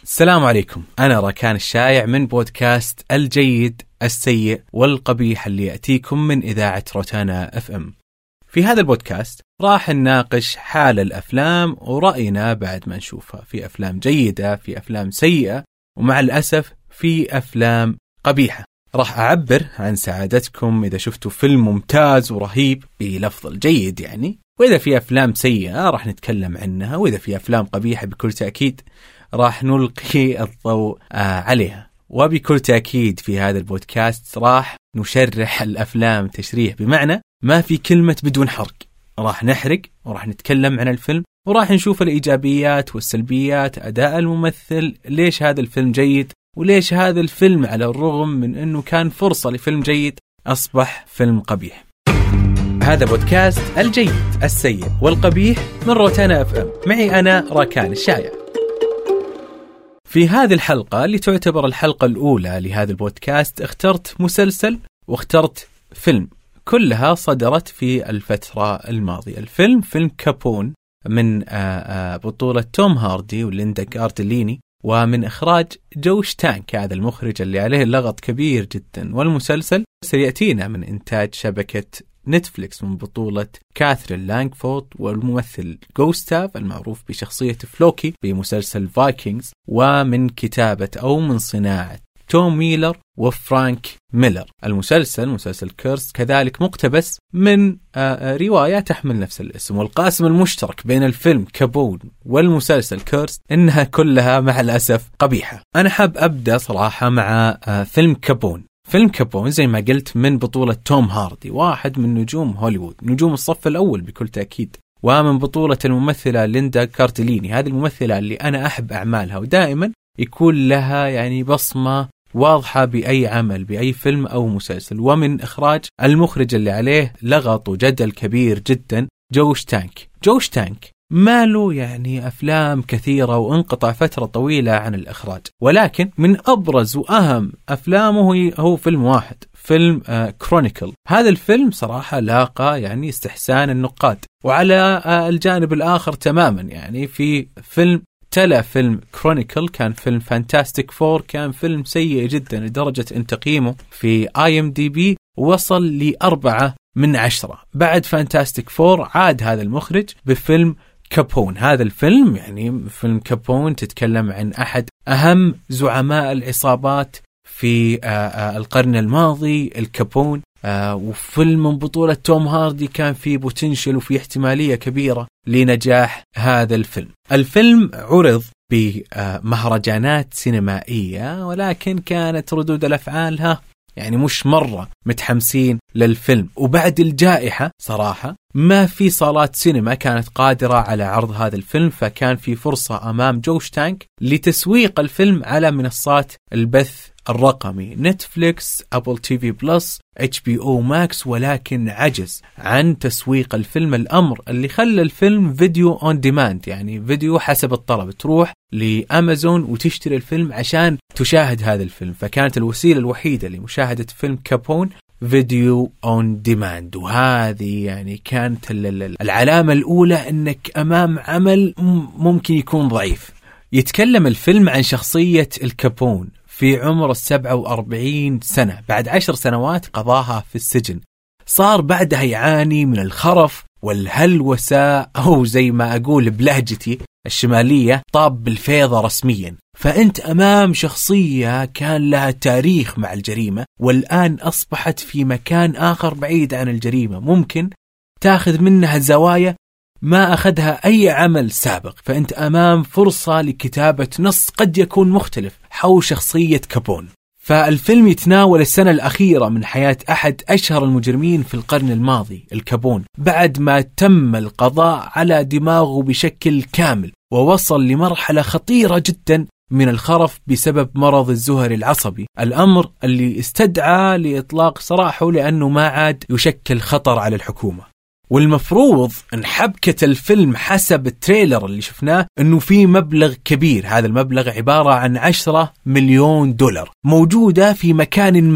السلام عليكم، أنا راكان الشايع من بودكاست الجيد السيء والقبيح اللي يأتيكم من إذاعة روتانا FM. في هذا البودكاست راح نناقش حال الأفلام ورأينا بعد ما نشوفها. في أفلام جيدة، في أفلام سيئة، ومع الأسف في أفلام قبيحة. راح أعبر عن سعادتكم إذا شفتوا فيلم ممتاز ورهيب بلفظ الجيد يعني، وإذا في أفلام سيئة راح نتكلم عنها، وإذا في أفلام قبيحة بكل تأكيد راح نلقي الضوء عليها. وبكل تأكيد في هذا البودكاست راح نشرح الأفلام تشريح، بمعنى ما في كلمة بدون حرق. راح نحرق وراح نتكلم عن الفيلم، وراح نشوف الإيجابيات والسلبيات، أداء الممثل، ليش هذا الفيلم جيد، وليش هذا الفيلم على الرغم من أنه كان فرصة لفيلم جيد أصبح فيلم قبيح. هذا بودكاست الجيد السيء والقبيح من روتانا FM، معي أنا راكان الشايع. في هذه الحلقة اللي تعتبر الحلقة الأولى لهذا البودكاست اخترت مسلسل واخترت فيلم، كلها صدرت في الفترة الماضية. الفيلم فيلم كابون من بطولة توم هاردي وليندا كارتليني، ومن إخراج جوش تانك، هذا المخرج اللي عليه لغط كبير جدا. والمسلسل سيأتينا من إنتاج شبكة نتفليكس من بطولة كاثرين لانغفورد والممثل غوستاف المعروف بشخصية فلوكي بمسلسل فايكنجز، ومن كتابة أو من صناعة توم ميلر وفرانك ميلر. المسلسل مسلسل كيرست كذلك مقتبس من رواية تحمل نفس الاسم. والقاسم المشترك بين الفيلم كابون والمسلسل كيرست إنها كلها مع الأسف قبيحة. أنا حاب أبدأ صراحة مع فيلم كابون. فيلم كابون زي ما قلت من بطولة توم هاردي، واحد من نجوم هوليوود، نجوم الصف الأول بكل تأكيد، ومن بطولة الممثلة ليندا كارتليني. هذه الممثلة اللي أنا أحب أعمالها، ودائما يكون لها يعني بصمة واضحة بأي عمل بأي فيلم أو مسلسل. ومن إخراج المخرج اللي عليه لغط وجدل كبير جدا جوش تانك. جوش تانك ما له يعني أفلام كثيرة وانقطع فترة طويلة عن الإخراج، ولكن من أبرز وأهم أفلامه هو فيلم واحد، فيلم كرونيكل. هذا الفيلم صراحة لاقى يعني استحسان النقاد. وعلى الجانب الآخر تماما يعني في فيلم تلا فيلم كرونيكل كان فيلم فانتاستيك فور، كان فيلم سيء جدا لدرجة ان تقييمه في IMDb وصل ل4/10. بعد فانتاستيك فور عاد هذا المخرج بفيلم كابون. هذا الفيلم يعني فيلم كابون تتكلم عن أحد أهم زعماء العصابات في القرن الماضي، الكابون. وفيلم من بطولة توم هاردي كان فيه بوتنشل وفيه احتمالية كبيرة لنجاح هذا الفيلم. الفيلم عرض بمهرجانات سينمائية، ولكن كانت ردود الأفعالها يعني مش مرة متحمسين للفيلم. وبعد الجائحة صراحة ما في صالات سينما كانت قادرة على عرض هذا الفيلم، فكان في فرصة أمام جوش تانك لتسويق الفيلم على منصات البث الرقمي، نتفليكس، أبل TV بلس، HBO ماكس، ولكن عجز عن تسويق الفيلم. الأمر اللي خلى الفيلم فيديو اون ديماند، يعني فيديو حسب الطلب، تروح لأمازون وتشتري الفيلم عشان تشاهد هذا الفيلم. فكانت الوسيلة الوحيدة لمشاهدة فيلم كابون فيديو اون ديماند. وهذه يعني كانت العلامة الأولى أنك أمام عمل ممكن يكون ضعيف. يتكلم الفيلم عن شخصية الكابون في عمر 47 سنة، بعد 10 سنوات قضاها في السجن. صار بعدها يعاني من الخرف والهلوسة، أو زي ما أقول بلهجتي الشمالية طاب بالفيضة رسميا. فأنت أمام شخصية كان لها تاريخ مع الجريمة، والآن أصبحت في مكان آخر بعيد عن الجريمة، ممكن تاخذ منها زوايا ما أخذها أي عمل سابق. فأنت أمام فرصة لكتابة نص قد يكون مختلف حول شخصية كابون. فالفيلم يتناول السنة الأخيرة من حياة أحد أشهر المجرمين في القرن الماضي، الكابون، بعد ما تم القضاء على دماغه بشكل كامل، ووصل لمرحلة خطيرة جدا من الخرف بسبب مرض الزهري العصبي، الأمر اللي استدعى لإطلاق سراحه لأنه ما عاد يشكل خطر على الحكومة. والمفروض أن حبكة الفيلم حسب التريلر اللي شفناه أنه في مبلغ كبير، هذا المبلغ عبارة عن 10 مليون دولار موجودة في مكان ما،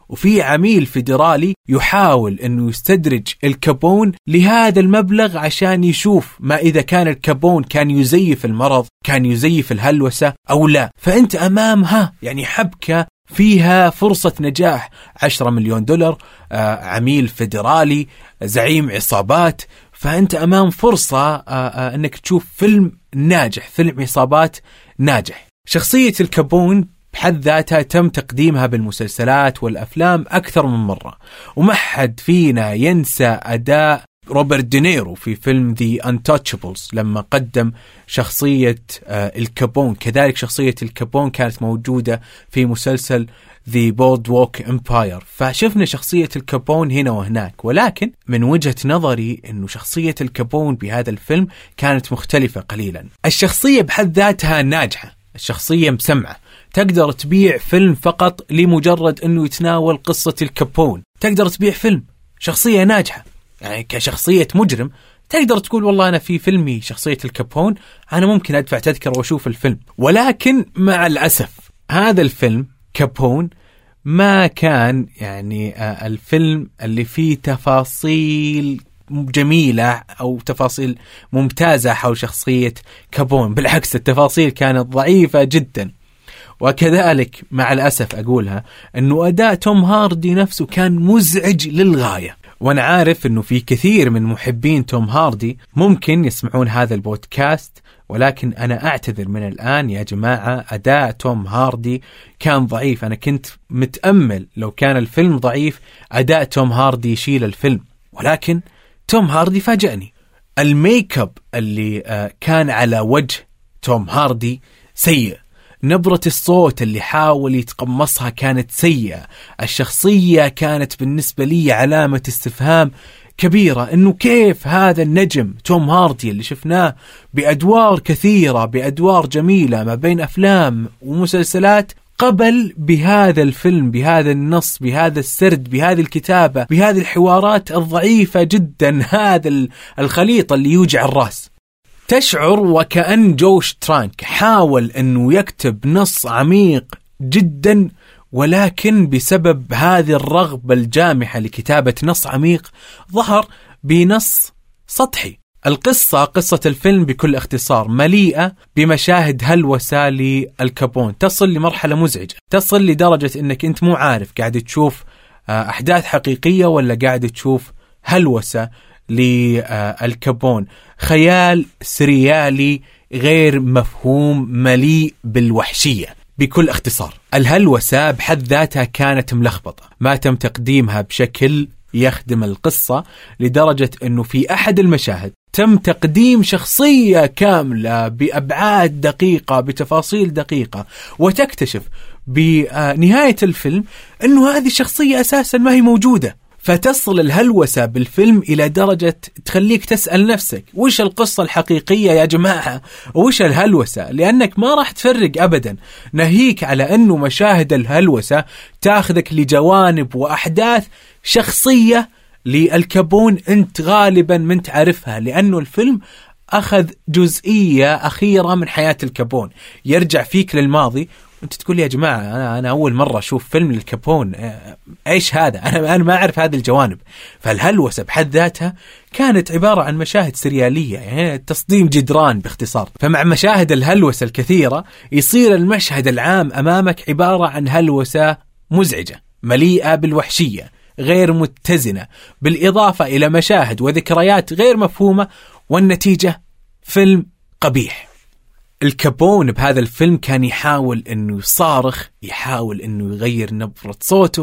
وفي عميل فيدرالي يحاول أنه يستدرج الكابون لهذا المبلغ عشان يشوف ما إذا كان الكابون كان يزيف المرض، كان يزيف الهلوسة أو لا. فأنت أمامها يعني حبكة فيها فرصة نجاح. 10 مليون دولار، عميل فيدرالي، زعيم عصابات، فأنت أمام فرصة أنك تشوف فيلم ناجح، فيلم عصابات ناجح. شخصية الكابون بحد ذاتها تم تقديمها بالمسلسلات والأفلام أكثر من مرة، وما حد فينا ينسى أداء روبرت دينيرو في فيلم The Untouchables لما قدم شخصية الكابون. كذلك شخصية الكابون كانت موجودة في مسلسل The Boardwalk Empire. فشفنا شخصية الكابون هنا وهناك، ولكن من وجهة نظري أنه شخصية الكابون بهذا الفيلم كانت مختلفة قليلا. الشخصية بحد ذاتها ناجحة، الشخصية مسمعة، تقدر تبيع فيلم فقط لمجرد أنه يتناول قصة الكابون. تقدر تبيع فيلم، شخصية ناجحة، يعني كشخصية مجرم تقدر تقول والله أنا في فيلمي شخصية الكابون أنا ممكن أدفع تذكرة وأشوف الفيلم. ولكن مع الأسف هذا الفيلم كابون ما كان يعني الفيلم اللي فيه تفاصيل جميلة أو تفاصيل ممتازة حول شخصية كابون. بالعكس التفاصيل كانت ضعيفة جدا. وكذلك مع الأسف أقولها أنه أداء توم هاردي نفسه كان مزعج للغاية. وأنا عارف أنه في كثير من محبين توم هاردي ممكن يسمعون هذا البودكاست، ولكن أنا أعتذر من الآن يا جماعة، أداء توم هاردي كان ضعيف. أنا كنت متأمل لو كان الفيلم ضعيف أداء توم هاردي يشيل الفيلم، ولكن توم هاردي فاجأني. الميك اب اللي كان على وجه توم هاردي سيء، نبرة الصوت اللي حاول يتقمصها كانت سيئة، الشخصية كانت بالنسبة لي علامة استفهام كبيرة، إنه كيف هذا النجم توم هاردي اللي شفناه بأدوار كثيرة، بأدوار جميلة ما بين أفلام ومسلسلات، قبل بهذا الفيلم، بهذا النص، بهذا السرد، بهذه الكتابة، بهذه الحوارات الضعيفة جدا، هذا الخليط اللي يوجع الرأس. تشعر وكأن جوش ترانك حاول أنه يكتب نص عميق جدا، ولكن بسبب هذه الرغبة الجامحة لكتابة نص عميق ظهر بنص سطحي. القصة، قصة الفيلم بكل اختصار مليئة بمشاهد هلوسة للكابون تصل لمرحلة مزعجة، تصل لدرجة أنك أنت مو عارف قاعد تشوف أحداث حقيقية ولا قاعد تشوف هلوسة للكابون. خيال سريالي غير مفهوم مليء بالوحشية. بكل اختصار الهلوسة بحد ذاتها كانت ملخبطة، ما تم تقديمها بشكل يخدم القصة، لدرجة أنه في أحد المشاهد تم تقديم شخصية كاملة بأبعاد دقيقة بتفاصيل دقيقة، وتكتشف بنهاية الفيلم أنه هذه الشخصية أساسا ما هي موجودة. فتصل الهلوسة بالفيلم إلى درجة تخليك تسأل نفسك وش القصة الحقيقية يا جماعة، وش الهلوسة، لأنك ما راح تفرق أبدا، ناهيك على أنه مشاهد الهلوسة تاخذك لجوانب وأحداث شخصية للكابون أنت غالبا من تعرفها، لأنه الفيلم أخذ جزئية أخيرة من حياة الكابون، يرجع فيك للماضي وانت تقول يا جماعة أنا أول مرة أشوف فيلم للكابون، إيش هذا، أنا ما أعرف هذه الجوانب. فالهلوسة بحد ذاتها كانت عبارة عن مشاهد سريالية، يعني تصديم جدران باختصار. فمع مشاهد الهلوسة الكثيرة يصير المشهد العام أمامك عبارة عن هلوسة مزعجة مليئة بالوحشية غير متزنة، بالإضافة إلى مشاهد وذكريات غير مفهومة، والنتيجة فيلم قبيح. الكابون بهذا الفيلم كان يحاول أنه يصارخ، يحاول أنه يغير نبرة صوته.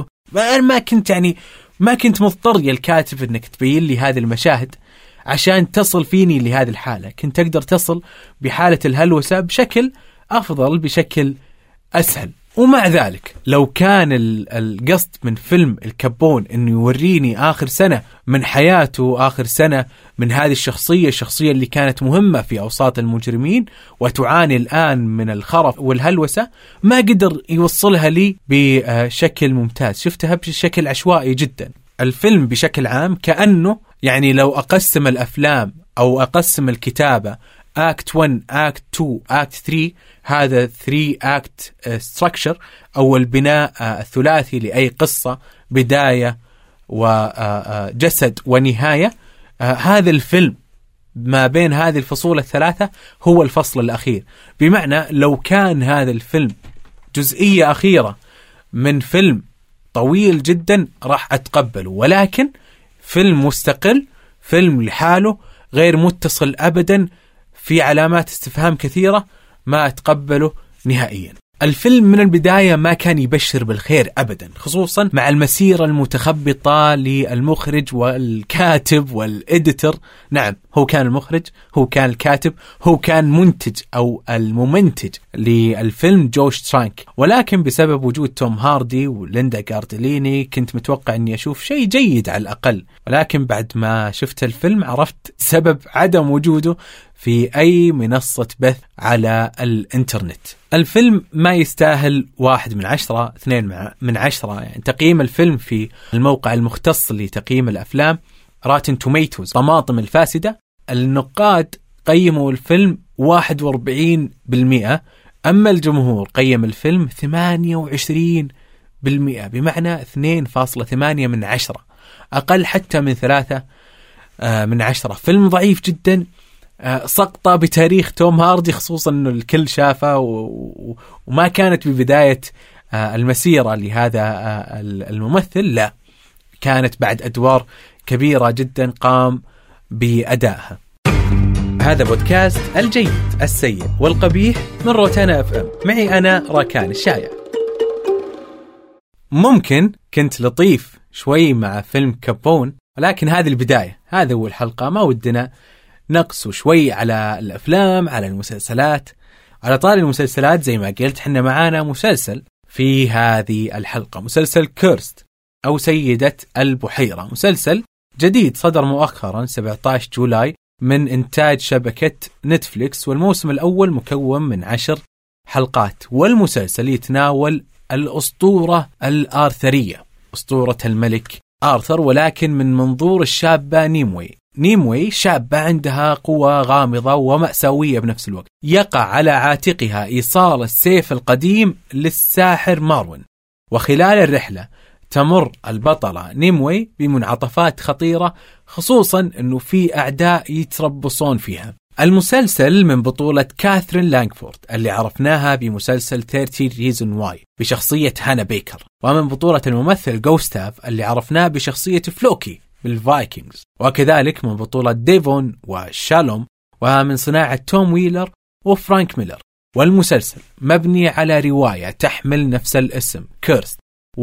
ما كنت مضطر يا الكاتب أنك تبين لي هذه المشاهد عشان تصل فيني لهذه الحالة، كنت تقدر تصل بحالة الهلوسة بشكل أفضل، بشكل أسهل. ومع ذلك لو كان القصد من فيلم الكابون أنه يوريني آخر سنة من حياته، آخر سنة من هذه الشخصية اللي كانت مهمة في أوساط المجرمين وتعاني الآن من الخرف والهلوسة، ما قدر يوصلها لي بشكل ممتاز، شفتها بشكل عشوائي جدا. الفيلم بشكل عام كأنه يعني لو أقسم الأفلام أو أقسم الكتابة Act 1 Act 2 Act 3. هذا 3 Act structure أو البناء الثلاثي لأي قصة، بداية وجسد ونهاية. هذا الفيلم ما بين هذه الفصول الثلاثة هو الفصل الأخير، بمعنى لو كان هذا الفيلم جزئية أخيرة من فيلم طويل جدا راح أتقبله، ولكن فيلم مستقل، فيلم لحاله غير متصل أبدا، في علامات استفهام كثيرة، ما أتقبله نهائيا. الفيلم من البداية ما كان يبشر بالخير أبدا، خصوصا مع المسيرة المتخبطة للمخرج والكاتب والإديتور. نعم، هو كان المخرج، هو كان الكاتب، هو كان منتج أو الممنتج للفيلم جوش ترانك، ولكن بسبب وجود توم هاردي وليندا كارديليني كنت متوقع أني أشوف شيء جيد على الأقل، ولكن بعد ما شفت الفيلم عرفت سبب عدم وجوده في أي منصة بث على الإنترنت. الفيلم ما يستاهل 1 من 10، 2 من 10. يعني تقييم الفيلم في الموقع المختص لتقييم الأفلام راتن توميتوز طماطم الفاسدة، النقاد قيموا الفيلم 41%، أما الجمهور قيم الفيلم 28%، بمعنى 2.8 من 10، أقل حتى من 3 من 10. فيلم ضعيف جدا، سقطة بتاريخ توم هاردي، خصوصا أنه الكل شافه وما كانت ببداية المسيرة لهذا الممثل، لا، كانت بعد أدوار كبيرة جدا قام بأدائها. هذا بودكاست الجيد السيء والقبيح من روتانا FM، معي أنا راكان الشايع. ممكن كنت لطيف شوي مع فيلم كابون، ولكن هذه البداية، هذا هو الحلقة، ما ودنا نقصوا شوي على الأفلام، على المسلسلات. على طاري المسلسلات زي ما قلت، حنا معانا مسلسل في هذه الحلقة، مسلسل كيرست أو سيدة البحيرة، مسلسل جديد صدر مؤخرا 17 جولاي من إنتاج شبكة نتفليكس، والموسم الأول مكون من 10 حلقات. والمسلسل يتناول الأسطورة الآرثرية، أسطورة الملك آرثر، ولكن من منظور الشابة نيموي شابة عندها قوة غامضة ومأساوية بنفس الوقت. يقع على عاتقها إيصال السيف القديم للساحر ماروين، وخلال الرحلة تمر البطلة نيموي بمنعطفات خطيرة، خصوصا أنه في أعداء يتربصون فيها. المسلسل من بطولة كاثرين لانغفورد اللي عرفناها بمسلسل 30 Reasons Why بشخصية هانا بيكر، ومن بطولة الممثل جوستاف اللي عرفناه بشخصية فلوكي بالفايكنجز، وكذلك من بطولة ديفون وشالوم، ومن صناعة توم ويلر وفرانك ميلر. والمسلسل مبني على رواية تحمل نفس الاسم كيرست،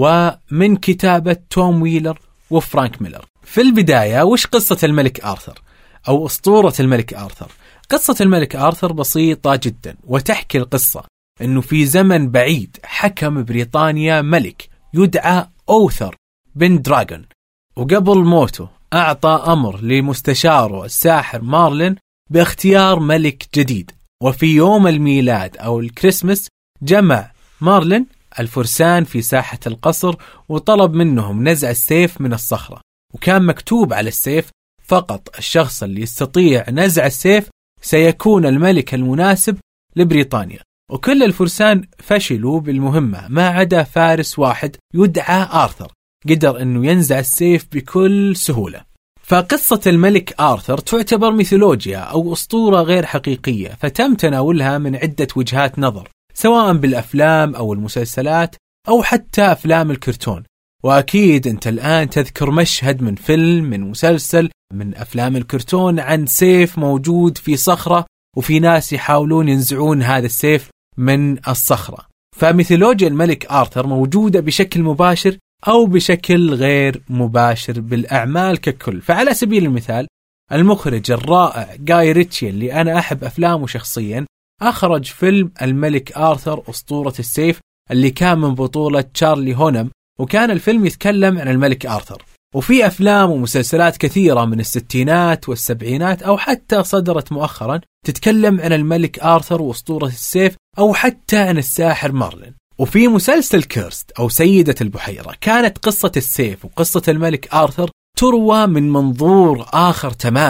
ومن كتابة توم ويلر وفرانك ميلر. في البداية، وش قصة الملك آرثر أو أسطورة الملك آرثر؟ قصة الملك آرثر بسيطة جدا، وتحكي القصة أنه في زمن بعيد حكم بريطانيا ملك يدعى أوثر بن دراغون، وقبل موته أعطى أمر لمستشاره الساحر مارلين باختيار ملك جديد. وفي يوم الميلاد أو الكريسماس جمع مارلين الفرسان في ساحة القصر وطلب منهم نزع السيف من الصخرة، وكان مكتوب على السيف فقط الشخص اللي يستطيع نزع السيف سيكون الملك المناسب لبريطانيا. وكل الفرسان فشلوا بالمهمة ما عدا فارس واحد يدعى آرثر، قدر أنه ينزع السيف بكل سهولة. فقصة الملك آرثر تعتبر ميثولوجيا أو أسطورة غير حقيقية، فتم تناولها من عدة وجهات نظر، سواء بالأفلام أو المسلسلات أو حتى أفلام الكرتون. وأكيد أنت الآن تذكر مشهد من فيلم، من مسلسل، من أفلام الكرتون عن سيف موجود في صخرة، وفي ناس يحاولون ينزعون هذا السيف من الصخرة. فميثولوجيا الملك آرثر موجودة بشكل مباشر أو بشكل غير مباشر بالأعمال ككل. فعلى سبيل المثال، المخرج الرائع جاي ريتشي اللي أنا أحب أفلامه شخصيا، أخرج فيلم الملك آرثر أسطورة السيف اللي كان من بطولة تشارلي هونم، وكان الفيلم يتكلم عن الملك آرثر. وفي أفلام ومسلسلات كثيرة من الستينات والسبعينات أو حتى صدرت مؤخرا تتكلم عن الملك آرثر وأسطورة السيف أو حتى عن الساحر مارلين. وفي مسلسل كيرست أو سيدة البحيرة كانت قصة السيف وقصة الملك آرثر تروى من منظور آخر تماما،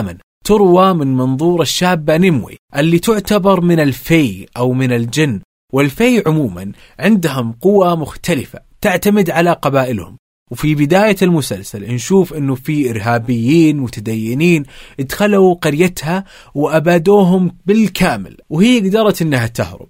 تروى من منظور الشابة نيموي اللي تعتبر من الفي أو من الجن. والفي عموما عندهم قوة مختلفة تعتمد على قبائلهم. وفي بداية المسلسل نشوف أنه في إرهابيين متدينين ادخلوا قريتها وأبادوهم بالكامل، وهي قدرت أنها تهرب.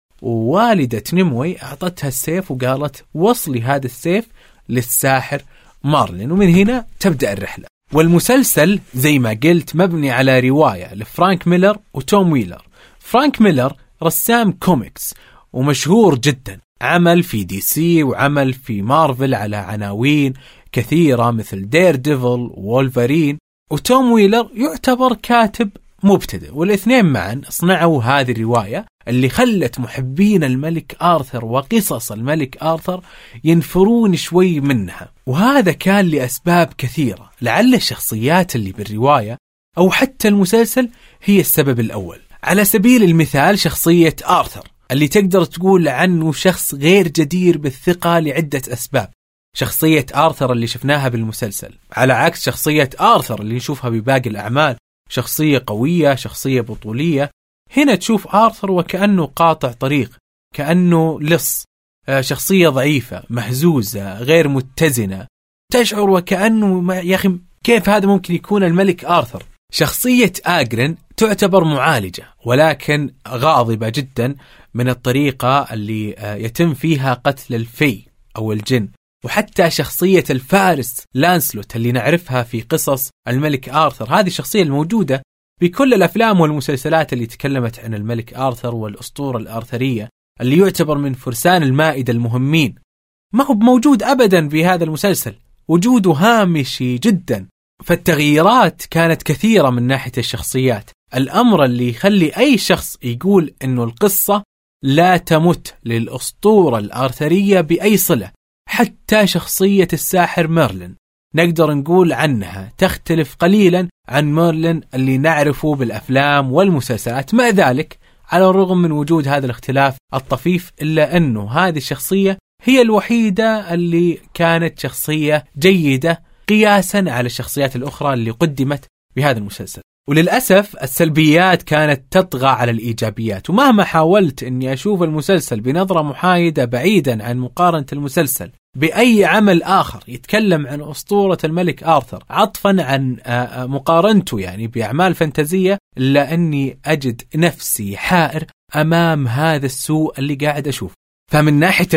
ووالدة نيموي أعطتها السيف وقالت وصلي هذا السيف للساحر مارلين، ومن هنا تبدأ الرحلة. والمسلسل زي ما قلت مبني على رواية لفرانك ميلر وتوم ويلر. فرانك ميلر رسام كوميكس ومشهور جدا، عمل في دي سي وعمل في مارفل على عناوين كثيرة مثل دير ديفل وولفرين. وتوم ويلر يعتبر كاتب مبتدئ، والاثنين معا صنعوا هذه الرواية اللي خلت محبين الملك آرثر وقصص الملك آرثر ينفرون شوي منها. وهذا كان لأسباب كثيرة، لعل الشخصيات اللي بالرواية أو حتى المسلسل هي السبب الأول. على سبيل المثال شخصية آرثر اللي تقدر تقول عنه شخص غير جدير بالثقة لعدة أسباب. شخصية آرثر اللي شفناها بالمسلسل على عكس شخصية آرثر اللي نشوفها بباقي الأعمال، شخصية قوية، شخصية بطولية. هنا تشوف آرثر وكأنه قاطع طريق، كأنه لص، شخصية ضعيفة مهزوزة غير متزنة، تشعر وكأنه يا أخي كيف هذا ممكن يكون الملك آرثر. شخصية آغرين تعتبر معالجة ولكن غاضبة جدا من الطريقة اللي يتم فيها قتل الفي أو الجن. وحتى شخصية الفارس لانسلوت اللي نعرفها في قصص الملك آرثر، هذه الشخصية الموجودة بكل الأفلام والمسلسلات اللي تكلمت عن الملك آرثر والأسطورة الآرثرية، اللي يعتبر من فرسان المائدة المهمين، ما هو موجود أبدا في هذا المسلسل، وجوده هامشي جدا. فالتغييرات كانت كثيرة من ناحية الشخصيات، الأمر اللي يخلي أي شخص يقول أنه القصة لا تمت للأسطورة الآرثرية بأي صلة. حتى شخصية الساحر ميرلين نقدر نقول عنها تختلف قليلا عن ميرلين اللي نعرفه بالأفلام والمسلسلات. مع ذلك على الرغم من وجود هذا الاختلاف الطفيف إلا أنه هذه الشخصية هي الوحيدة اللي كانت شخصية جيدة قياسا على الشخصيات الأخرى اللي قدمت بهذا المسلسل. وللأسف السلبيات كانت تطغى على الإيجابيات، ومهما حاولت أني أشوف المسلسل بنظرة محايدة بعيدا عن مقارنة المسلسل بأي عمل آخر يتكلم عن أسطورة الملك آرثر عطفا عن مقارنته يعني بأعمال فانتازية، إلا أني أجد نفسي حائر أمام هذا السوء اللي قاعد أشوف. فمن ناحية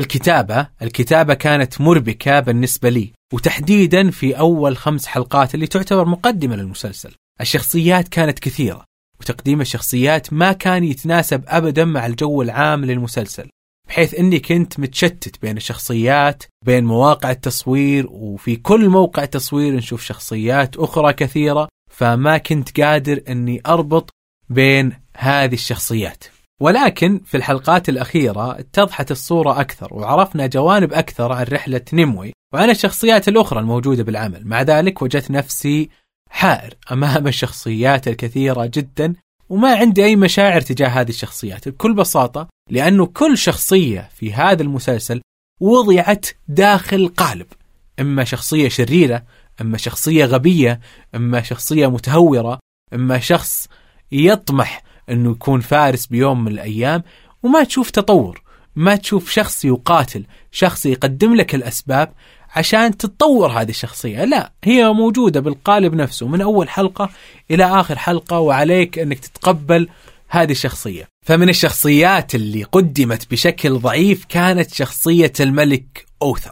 الكتابة كانت مربكة بالنسبة لي، وتحديدا في أول 5 حلقات اللي تعتبر مقدمة للمسلسل. الشخصيات كانت كثيرة، وتقديم الشخصيات ما كان يتناسب أبدا مع الجو العام للمسلسل، بحيث أني كنت متشتت بين الشخصيات، بين مواقع التصوير، وفي كل موقع تصوير نشوف شخصيات أخرى كثيرة، فما كنت قادر أني أربط بين هذه الشخصيات. ولكن في الحلقات الأخيرة اتضحت الصورة أكثر، وعرفنا جوانب أكثر عن رحلة نيموي وعن الشخصيات الأخرى الموجودة بالعمل. مع ذلك وجدت نفسي حائر أمام الشخصيات الكثيرة جدا، وما عندي أي مشاعر تجاه هذه الشخصيات بكل بساطة، لأنه كل شخصية في هذا المسلسل وضعت داخل قالب، إما شخصية شريرة، إما شخصية غبية، إما شخصية متهورة، إما شخص يطمح أنه يكون فارس بيوم من الأيام، وما تشوف تطور، ما تشوف شخص يقاتل، شخص يقدم لك الأسباب عشان تتطور هذه الشخصية. لا، هي موجودة بالقالب نفسه من أول حلقة إلى آخر حلقة، وعليك أنك تتقبل هذه الشخصية. فمن الشخصيات اللي قدمت بشكل ضعيف كانت شخصية الملك أوثر،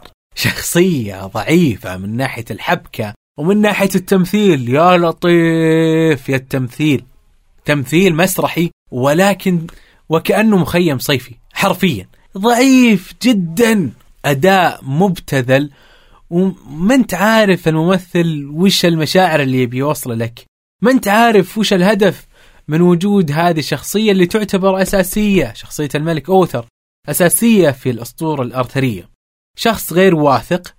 شخصية ضعيفة من ناحية الحبكة ومن ناحية التمثيل. يا لطيف يا التمثيل، تمثيل مسرحي ولكن وكأنه مخيم صيفي، حرفيا ضعيف جدا، أداء مبتذل، وما انت عارف الممثل وش المشاعر اللي يبي يوصل لك، ما انت عارف وش الهدف من وجود هذه الشخصية اللي تعتبر أساسية. شخصية الملك أوثر أساسية في الأسطورة الآرثرية، شخص غير واثق،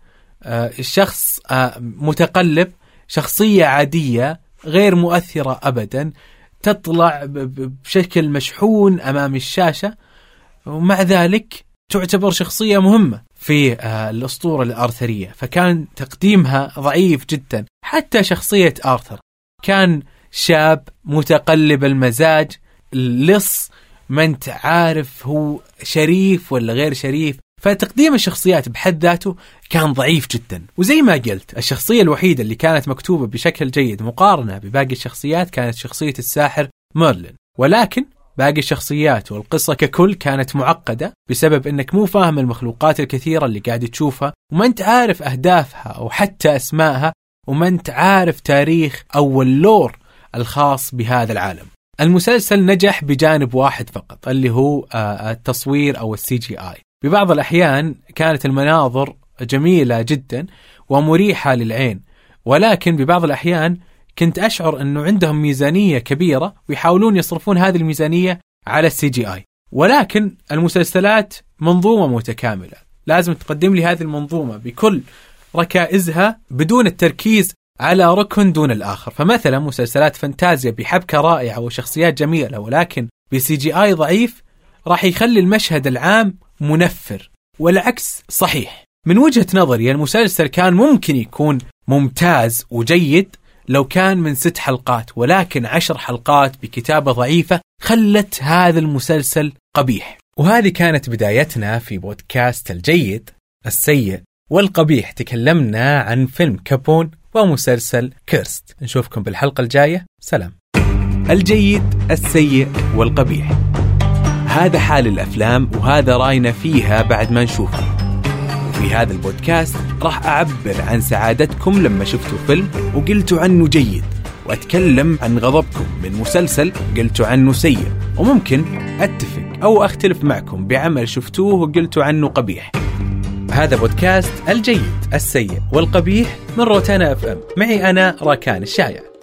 شخص متقلب، شخصية عادية غير مؤثرة أبدا، تطلع بشكل مشحون أمام الشاشة، ومع ذلك تعتبر شخصية مهمة في الأسطورة الآرثرية. فكان تقديمها ضعيف جدا. حتى شخصية آرثر كان شاب متقلب المزاج، لص ما انت عارف هو شريف ولا غير شريف. فتقديم الشخصيات بحد ذاته كان ضعيف جدا. وزي ما قلت، الشخصية الوحيدة اللي كانت مكتوبة بشكل جيد مقارنة بباقي الشخصيات كانت شخصية الساحر ميرلين، ولكن باقي الشخصيات والقصة ككل كانت معقدة بسبب انك مو فاهم المخلوقات الكثيرة اللي قاعد تشوفها، وما انت عارف اهدافها او حتى اسمائها، وما انت عارف تاريخ او اللور الخاص بهذا العالم. المسلسل نجح بجانب واحد فقط، اللي هو التصوير او CGI. ببعض الأحيان كانت المناظر جميلة جدا ومريحة للعين، ولكن ببعض الأحيان كنت أشعر أنه عندهم ميزانية كبيرة ويحاولون يصرفون هذه الميزانية على CGI. ولكن المسلسلات منظومة متكاملة، لازم تقدم لي هذه المنظومة بكل ركائزها بدون التركيز على ركن دون الآخر. فمثلا مسلسلات فانتازيا بحبكة رائعة وشخصيات جميلة ولكن CGI ضعيف راح يخلي المشهد العام منفر، والعكس صحيح. من وجهة نظري المسلسل كان ممكن يكون ممتاز وجيد لو كان من 6 حلقات، ولكن 10 حلقات بكتابة ضعيفة خلت هذا المسلسل قبيح. وهذه كانت بدايتنا في بودكاست الجيد السيء والقبيح. تكلمنا عن فيلم كابون ومسلسل كيرست. نشوفكم بالحلقة الجاية. سلام. الجيد السيء والقبيح، هذا حال الأفلام وهذا رأينا فيها بعد ما نشوفها. وفي هذا البودكاست راح أعبر عن سعادتكم لما شفتوا فيلم وقلتوا عنه جيد، وأتكلم عن غضبكم من مسلسل قلتوا عنه سيء، وممكن أتفق أو أختلف معكم بعمل شفتوه وقلتوا عنه قبيح. هذا بودكاست الجيد السيء والقبيح من روتانا FM، معي أنا راكان الشايع.